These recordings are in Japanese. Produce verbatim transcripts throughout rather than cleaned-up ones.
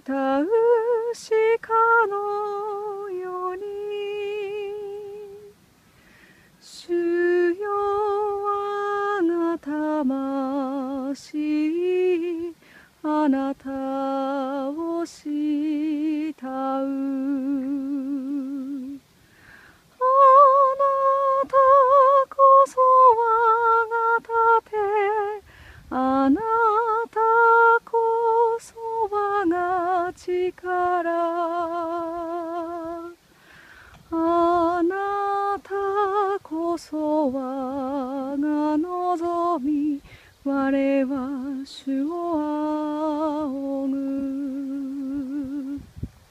慕う鹿のように主よ我が魂あなたを慕うあなたこそ我が盾あなたこそ我が力あなたこそ我が望み我は主を仰ぐ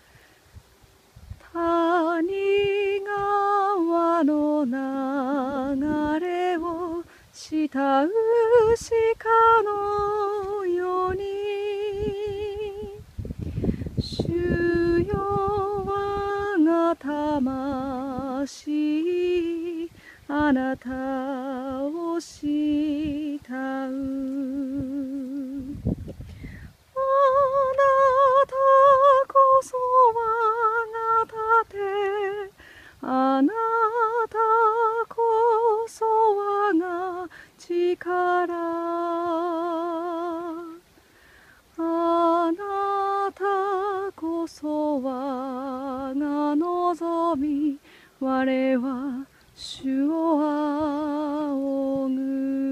谷川の流れを慕う鹿のように主よ我が魂あなたを慕うあなたこそ我が盾あなたこそ我が力あなたこそ我が望み我は主を仰ぐ